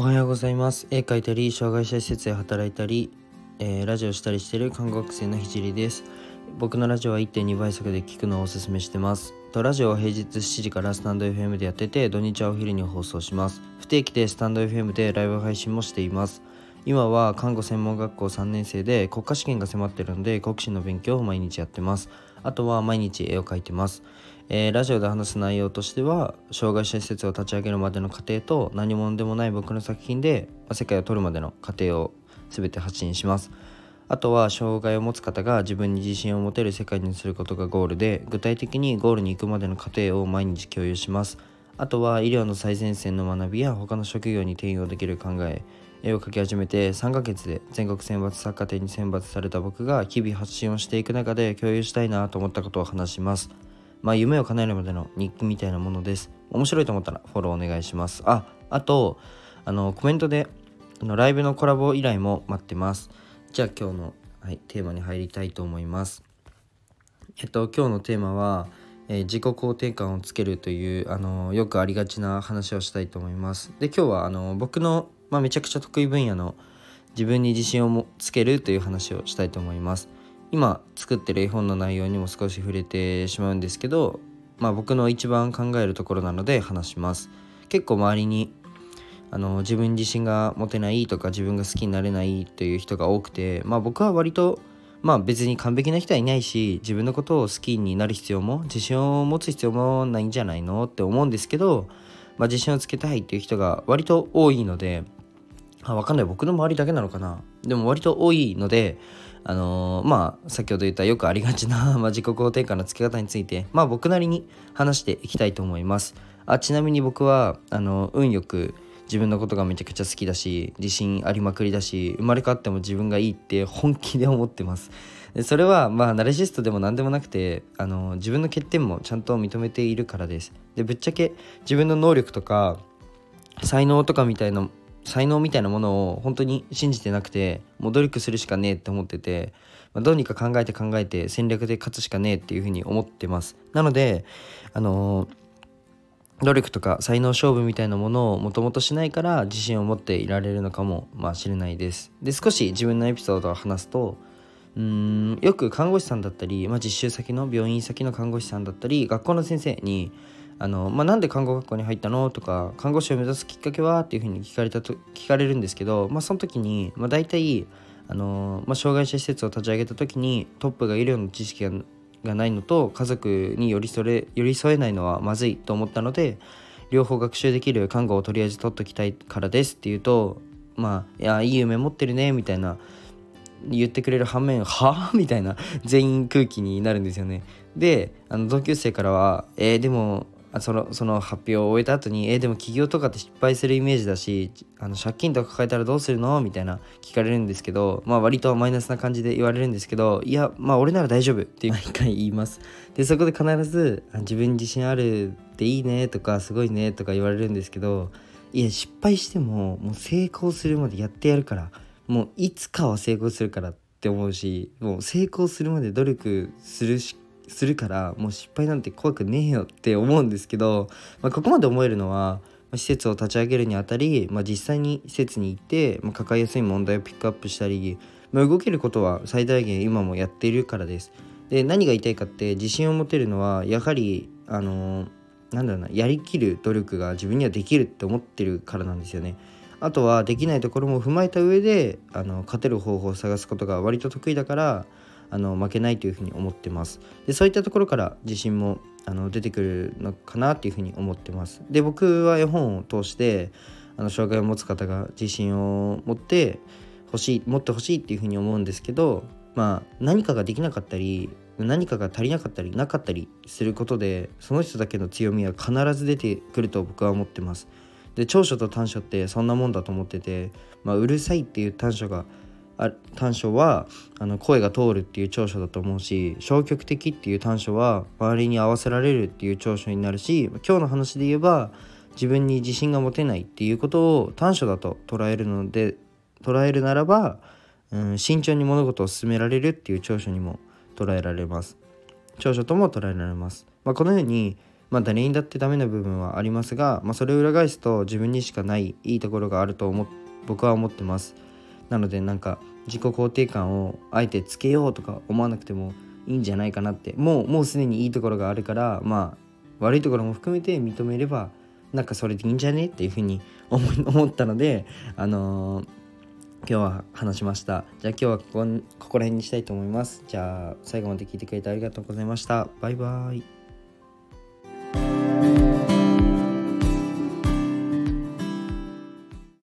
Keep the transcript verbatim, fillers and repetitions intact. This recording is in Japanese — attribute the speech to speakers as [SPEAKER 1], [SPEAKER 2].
[SPEAKER 1] おはようございます。絵描いたり、障害者施設で働いたり、えーラジオしたりしている看護学生のひじりです。僕のラジオは いってんに 倍速で聞くのをおすすめしてます。とラジオは平日しちじからスタンド エフエム でやってて、土日はお昼に放送します。不定期でスタンド エフエム でライブ配信もしています。今は看護専門学校さんねん生で国家試験が迫っているので国試の勉強を毎日やってます。あとは毎日絵を描いてます。えーラジオで話す内容としては、障害者施設を立ち上げるまでの過程と何者でもない僕の作品でまあ世界を取るまでの過程を全て発信します。あとは障害を持つ方が自分に自信を持てる世界にすることがゴールで、具体的にゴールに行くまでの過程を毎日共有します。あとは医療の最前線の学びや他の職業に転用できる考え、絵を描き始めてさんかげつで全国選抜作家展に選抜された僕が日々発信をしていく中で共有したいなと思ったことを話します。まあ夢を叶えるまでの日記みたいなものです。面白いと思ったらフォローお願いします。あ、あとあのコメントであのライブのコラボ依頼も待ってます。じゃあ今日の、はい、テーマに入りたいと思います。えっと今日のテーマは、えー自己肯定感をつけるというあのよくありがちな話をしたいと思います。で今日はあの僕の、まあ、めちゃくちゃ得意分野の自分に自信をもつけるという話をしたいと思います。今作ってる絵本の内容にも少し触れてしまうんですけど、まあ僕の一番考えるところなので話します。結構周りにあの自分に自信が持てないとか自分が好きになれないという人が多くて、まあ僕は割とまあ別に完璧な人はいないし、自分のことを好きになる必要も自信を持つ必要もないんじゃないのって思うんですけど、まあ自信をつけたいっていう人が割と多いので、あ、わかんない、僕の周りだけなのかな。でも割と多いので、あのーまあ先ほど言ったよくありがちなまあ自己肯定感のつけ方について、まあ僕なりに話していきたいと思います。あ、ちなみに僕はあの運よく自分のことがめちゃくちゃ好きだし、自信ありまくりだし、生まれ変わっても自分がいいって本気で思ってます。でそれはまあナルシストでも何でもなくて、あの自分の欠点もちゃんと認めているからです。でぶっちゃけ自分の能力とか才能とかみたいな才能みたいなものを本当に信じてなくて、もう努力するしかねえって思ってて、まあ、どうにか考えて考えて戦略で勝つしかねえっていうふうに思ってます。なのであのー努力とか才能勝負みたいなものをもともとしないから自信を持っていられるのかもまあしれないです。で少し自分のエピソードを話すと、うーんよく看護師さんだったり、まあ、実習先の病院先の看護師さんだったり学校の先生にあの、まあ、なんで看護学校に入ったのとか看護師を目指すきっかけはっていうふうに聞かれたと聞かれるんですけど、まあ、その時に、まあ、大体あの、まあ、障害者施設を立ち上げた時にトップが医療の知識ががないのと家族に寄り添え寄り添えないのはまずいと思ったので、両方学習できる看護をとりあえず取っときたいからですって言うと、まあいやいい夢持ってるねみたいな言ってくれる反面、はぁみたいな全員空気になるんですよね。であの同級生からはえー、でもあそのその発表を終えた後にえー、でも起業とかって失敗するイメージだし、あの借金とか抱えたらどうするのみたいな聞かれるんですけど、まあ割とマイナスな感じで言われるんですけど、いやまあ俺なら大丈夫って毎回言います。でそこで必ずあ自分に自信あるっていいねとかすごいねとか言われるんですけど、いや失敗してももう成功するまでやってやるから、もういつかは成功するからって思うし、もう成功するまで努力するしするからもう失敗なんて怖くねえよって思うんですけど、まあ、ここまで思えるのは、まあ、施設を立ち上げるにあたり、まあ、実際に施設に行って、まあ、抱えやすい問題をピックアップしたり、まあ、動けることは最大限今もやっているからです。で何が言いたいかって、自信を持てるのはやはりあのーなんだろうな、やりきる努力が自分にはできるって思ってるからなんですよね。あとはできないところも踏まえた上であの勝てる方法を探すことが割と得意だから、あの負けないというふうに思ってます。でそういったところから自信もあの出てくるのかなというふうに思ってます。で僕は絵本を通してあの障害を持つ方が自信を持ってほしい持ってほしいっていうふうに思うんですけど、まあ何かができなかったり何かが足りなかったりなかったりすることで、その人だけの強みは必ず出てくると僕は思ってます。で長所と短所ってそんなもんだと思ってて、まあ、うるさいっていう短所があ短所はあの声が通るっていう長所だと思うし、消極的っていう短所は周りに合わせられるっていう長所になるし、今日の話で言えば自分に自信が持てないっていうことを短所だと捉えるので捉えるならば、うん、慎重に物事を進められるっていう長所にも捉えられます長所とも捉えられます。まあ、このようにまあ誰にだってダメな部分はありますが、まあ、それを裏返すと自分にしかないいいところがあると思っ僕は思ってます。なのでなんか自己肯定感をあえてつけようとか思わなくてもいいんじゃないかなって、もうもうすでにいいところがあるから、まあ悪いところも含めて認めればなんかそれでいいんじゃねっていうふうに思思ったので、あのー今日は話しました。じゃあ今日はここここら辺にしたいと思います。じゃあ最後まで聞いてくれてありがとうございました。バイバイ。